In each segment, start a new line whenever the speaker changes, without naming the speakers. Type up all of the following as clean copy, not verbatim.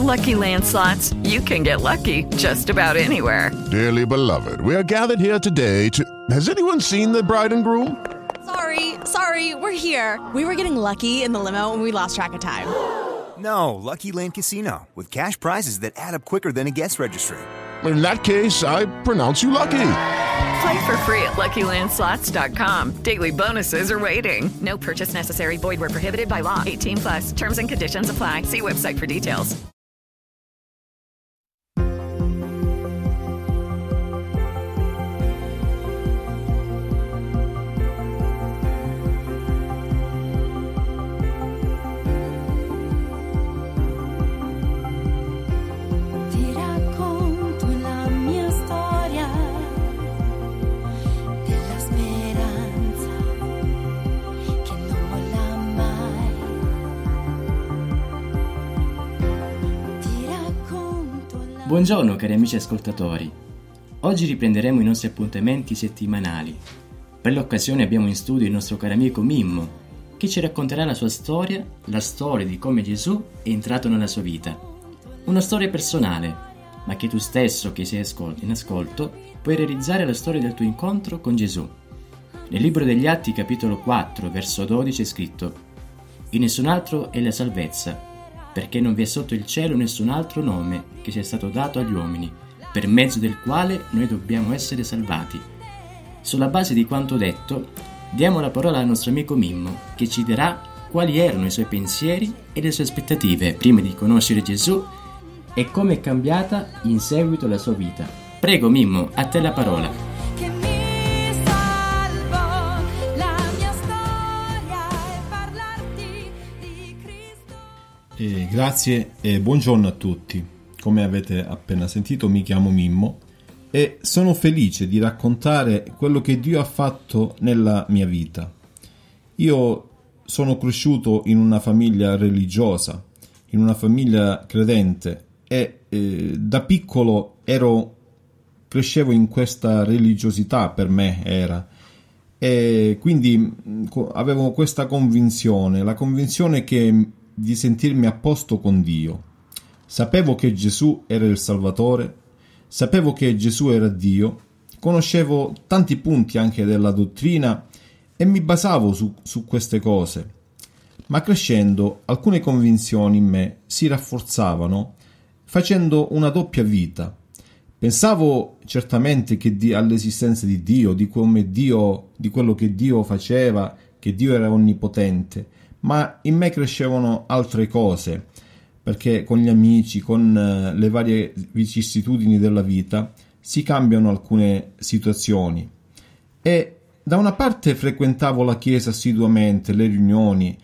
Lucky Land Slots, you can get lucky just about anywhere.
Dearly beloved, we are gathered here today to... Has anyone seen the bride and groom?
Sorry, we're here. We were getting lucky in the limo and we lost track of time.
No, Lucky Land Casino, with cash prizes that add up quicker than a guest registry.
In that case, I pronounce you lucky.
Play for free at LuckyLandSlots.com. Daily bonuses are waiting. No purchase necessary. Void where prohibited by law. 18+. Terms and conditions apply. See website for details.
Buongiorno cari amici ascoltatori, oggi riprenderemo i nostri appuntamenti settimanali. Per l'occasione abbiamo in studio il nostro caro amico Mimmo, che ci racconterà la sua storia, la storia di come Gesù è entrato nella sua vita. Una storia personale, ma che tu stesso che sei in ascolto puoi realizzare la storia del tuo incontro con Gesù. Nel libro degli Atti capitolo 4 verso 12 è scritto: in nessun altro è la salvezza, perché non vi è sotto il cielo nessun altro nome che sia stato dato agli uomini, per mezzo del quale noi dobbiamo essere salvati. Sulla base di quanto detto, diamo la parola al nostro amico Mimmo, che ci dirà quali erano i suoi pensieri e le sue aspettative prima di conoscere Gesù e come è cambiata in seguito la sua vita. Prego Mimmo, a te la parola.
Grazie e buongiorno a tutti. Come avete appena sentito, mi chiamo Mimmo e sono felice di raccontare quello che Dio ha fatto nella mia vita. Io sono cresciuto in una famiglia religiosa, in una famiglia credente e da piccolo crescevo in questa religiosità, per me era, e quindi avevo questa convinzione, la convinzione di sentirmi a posto con Dio. Sapevo che Gesù era il Salvatore, sapevo che Gesù era Dio, conoscevo tanti punti anche della dottrina e mi basavo su queste cose. Ma crescendo, alcune convinzioni in me si rafforzavano facendo una doppia vita. Pensavo certamente all'esistenza di Dio, di quello che Dio faceva, che Dio era onnipotente, ma in me crescevano altre cose, perché con gli amici, con le varie vicissitudini della vita, si cambiano alcune situazioni. E da una parte frequentavo la chiesa assiduamente, le riunioni,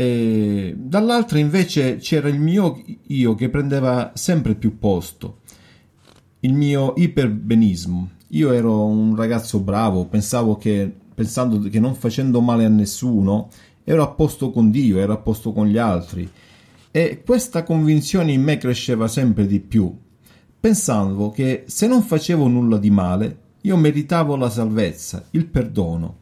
e dall'altra invece c'era il mio io che prendeva sempre più posto, il mio iperbenismo. Io ero un ragazzo bravo, pensando che non facendo male a nessuno ero a posto con Dio, ero a posto con gli altri, e questa convinzione in me cresceva sempre di più. Pensavo che se non facevo nulla di male, io meritavo la salvezza, il perdono.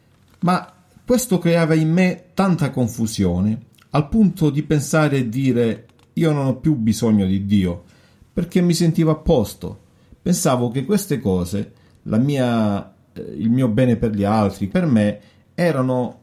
Ma questo creava in me tanta confusione, al punto di pensare e dire: io non ho più bisogno di Dio, perché mi sentivo a posto. Pensavo che queste cose, il mio bene per gli altri, per me, erano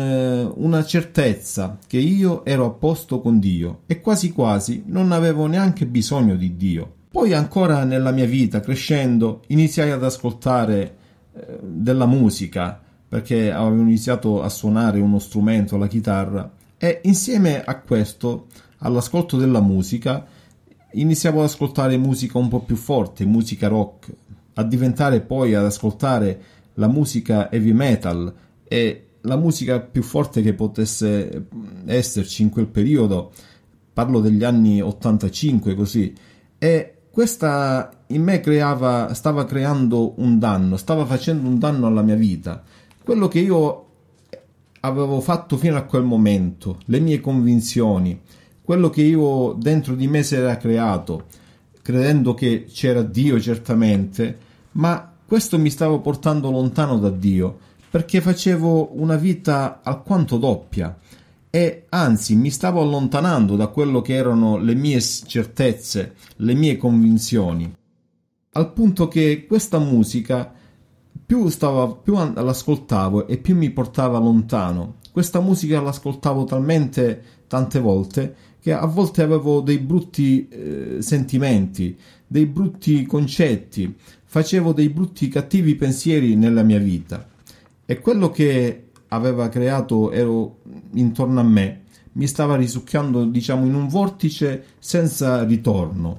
una certezza che io ero a posto con Dio e quasi quasi non avevo neanche bisogno di Dio. Poi ancora nella mia vita, crescendo, iniziai ad ascoltare della musica, perché avevo iniziato a suonare uno strumento, la chitarra, e insieme a questo, all'ascolto della musica, iniziavo ad ascoltare musica un po' più forte, musica rock, a diventare poi ad ascoltare la musica heavy metal, e la musica più forte che potesse esserci in quel periodo, parlo degli anni 85 così, e questa in me stava creando un danno, stava facendo un danno alla mia vita. Quello che io avevo fatto fino a quel momento, le mie convinzioni, quello che io dentro di me si era creato, credendo che c'era Dio certamente, ma questo mi stava portando lontano da Dio, perché facevo una vita alquanto doppia e anzi mi stavo allontanando da quello che erano le mie certezze, le mie convinzioni, al punto che questa musica più l'ascoltavo e più mi portava lontano. Questa musica l'ascoltavo talmente tante volte che a volte avevo dei brutti sentimenti, dei brutti concetti, facevo dei brutti cattivi pensieri nella mia vita, e quello che aveva creato intorno a me mi stava risucchiando, diciamo, in un vortice senza ritorno.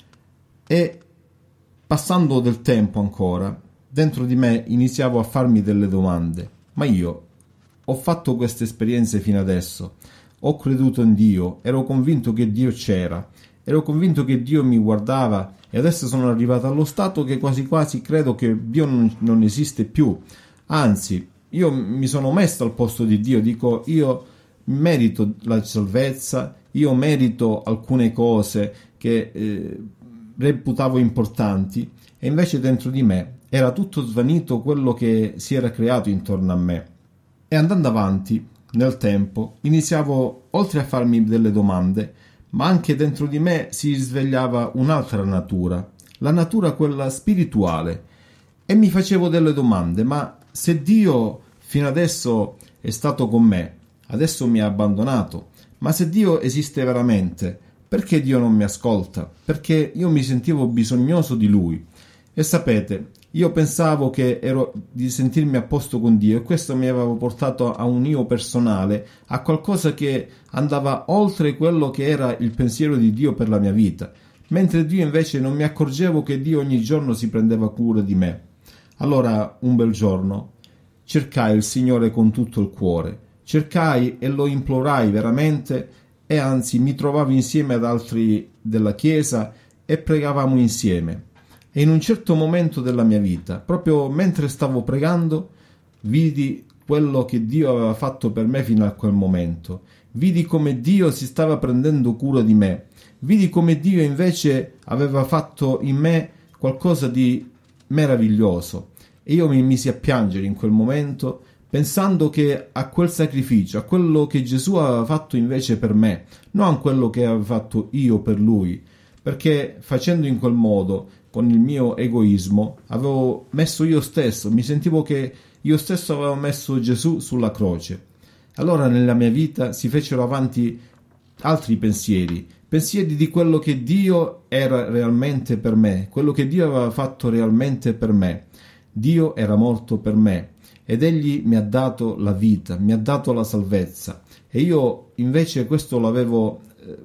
E passando del tempo ancora, dentro di me iniziavo a farmi delle domande: ma io ho fatto queste esperienze fino adesso, ho creduto in Dio, ero convinto che Dio c'era, ero convinto che Dio mi guardava, e adesso sono arrivato allo stato che quasi quasi credo che Dio non esiste più. Anzi, io mi sono messo al posto di Dio, dico: io merito la salvezza, io merito alcune cose che reputavo importanti, e invece dentro di me era tutto svanito quello che si era creato intorno a me. E andando avanti nel tempo iniziavo, oltre a farmi delle domande, ma anche dentro di me si risvegliava un'altra natura, la natura quella spirituale, e mi facevo delle domande: ma se Dio fino adesso è stato con me, adesso mi ha abbandonato, ma se Dio esiste veramente, perché Dio non mi ascolta? Perché io mi sentivo bisognoso di Lui. E sapete, io pensavo che ero di sentirmi a posto con Dio, e questo mi aveva portato a un io personale, a qualcosa che andava oltre quello che era il pensiero di Dio per la mia vita, mentre Dio invece non mi accorgevo che Dio ogni giorno si prendeva cura di me. Allora un bel giorno cercai il Signore con tutto il cuore, cercai e lo implorai veramente, e anzi mi trovavo insieme ad altri della Chiesa e pregavamo insieme. E in un certo momento della mia vita, proprio mentre stavo pregando, vidi quello che Dio aveva fatto per me fino a quel momento. Vidi come Dio si stava prendendo cura di me. Vidi come Dio invece aveva fatto in me qualcosa di meraviglioso. E io mi misi a piangere in quel momento, pensando che a quel sacrificio, a quello che Gesù aveva fatto invece per me, non a quello che avevo fatto io per Lui, perché facendo in quel modo, con il mio egoismo, avevo messo io stesso, mi sentivo che io stesso avevo messo Gesù sulla croce. Allora nella mia vita si fecero avanti altri pensieri di quello che Dio era realmente per me, quello che Dio aveva fatto realmente per me. Dio era morto per me, ed Egli mi ha dato la vita, mi ha dato la salvezza, e io invece questo l'avevo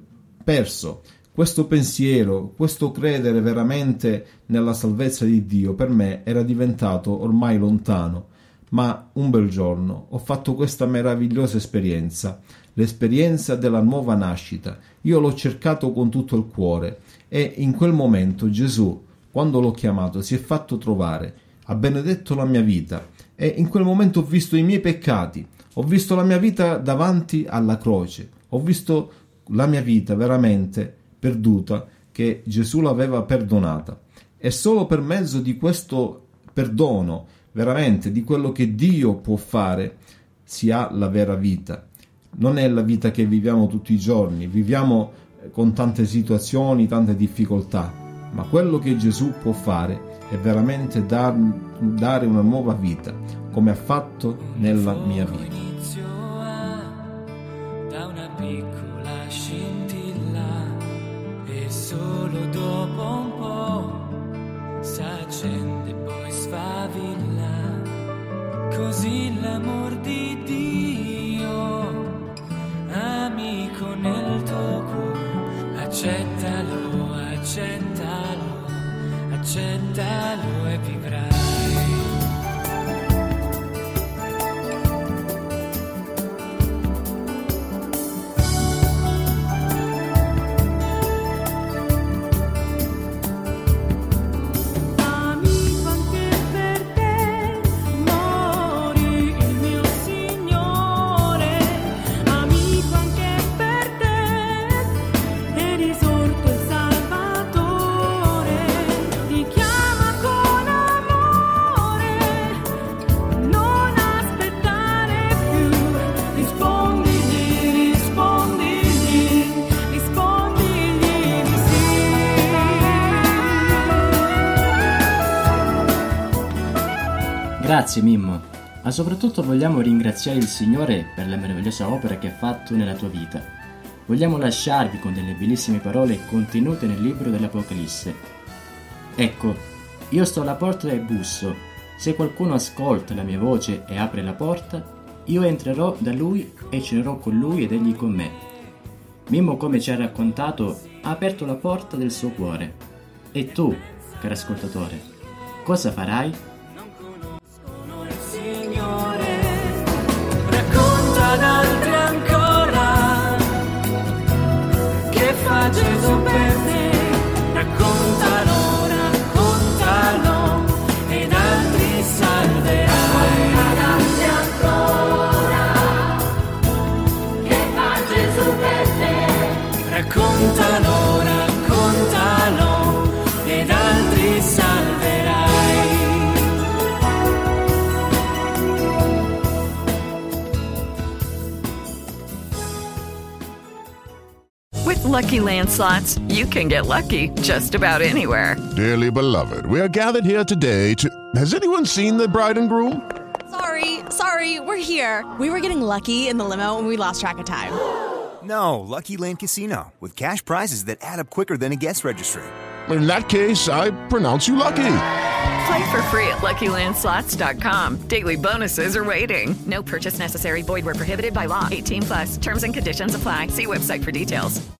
perso. Questo pensiero, questo credere veramente nella salvezza di Dio per me era diventato ormai lontano. Ma un bel giorno ho fatto questa meravigliosa esperienza, l'esperienza della nuova nascita. Io l'ho cercato con tutto il cuore, e in quel momento Gesù, quando l'ho chiamato, si è fatto trovare, ha benedetto la mia vita, e in quel momento ho visto i miei peccati, ho visto la mia vita davanti alla croce, ho visto la mia vita veramente perduta, che Gesù l'aveva perdonata, e solo per mezzo di questo perdono, veramente di quello che Dio può fare, si ha la vera vita. Non è la vita che viviamo tutti i giorni, viviamo con tante situazioni, tante difficoltà, ma quello che Gesù può fare è veramente dare una nuova vita, come ha fatto nella mia vita.
Da una piccola scintilla, e solo dopo un po' s'accende, poi sfavilla, così l'amor di Dio, amico nel tuo cuore. Accettalo, accettalo, accettalo e vivrai.
Risorto il Salvatore, ti chiama con amore.
Grazie Mimmo, ma soprattutto vogliamo ringraziare il Signore per la meravigliosa opera che ha fatto nella tua vita. Vogliamo lasciarvi con delle bellissime parole contenute nel libro dell'Apocalisse. Ecco, io sto alla porta e busso. Se qualcuno ascolta la mia voce e apre la porta, io entrerò da lui e cenerò con lui ed egli con me. Mimmo, come ci ha raccontato, ha aperto la porta del suo cuore. E tu, caro ascoltatore, cosa farai?
Racconta ad altri ancora che fa Gesù per te. Raccontalo, raccontalo ed altri salverai. Racconta ad altri ancora che fa Gesù per te. Raccontalo, raccontalo ed altri salverai.
With Lucky Land Slots, you can get lucky just about anywhere.
Dearly beloved, we are gathered here today to... Has anyone seen the bride and groom?
Sorry, we're here. We were getting lucky in the limo and we lost track of time.
No, Lucky Land Casino, with cash prizes that add up quicker than a guest registry.
In that case, I pronounce you lucky.
Play for free at LuckyLandSlots.com. Daily bonuses are waiting. No purchase necessary. Void where prohibited by law. 18+. Terms and conditions apply. See website for details.